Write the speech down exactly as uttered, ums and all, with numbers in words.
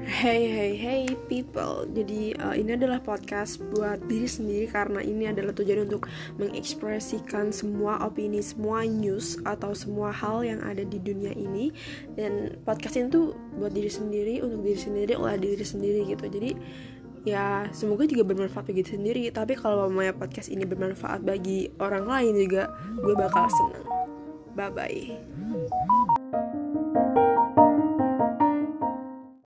Hey hey hey people. Jadi uh, ini adalah podcast buat diri sendiri karena ini adalah tujuan untuk mengekspresikan semua opini, semua news atau semua hal yang ada di dunia ini. Dan podcast ini tuh buat diri sendiri, untuk diri sendiri, oleh diri sendiri gitu. Jadi ya semoga juga bermanfaat bagi diri sendiri. Tapi kalau mamanya podcast ini bermanfaat bagi orang lain juga, gue bakal seneng. Bye bye.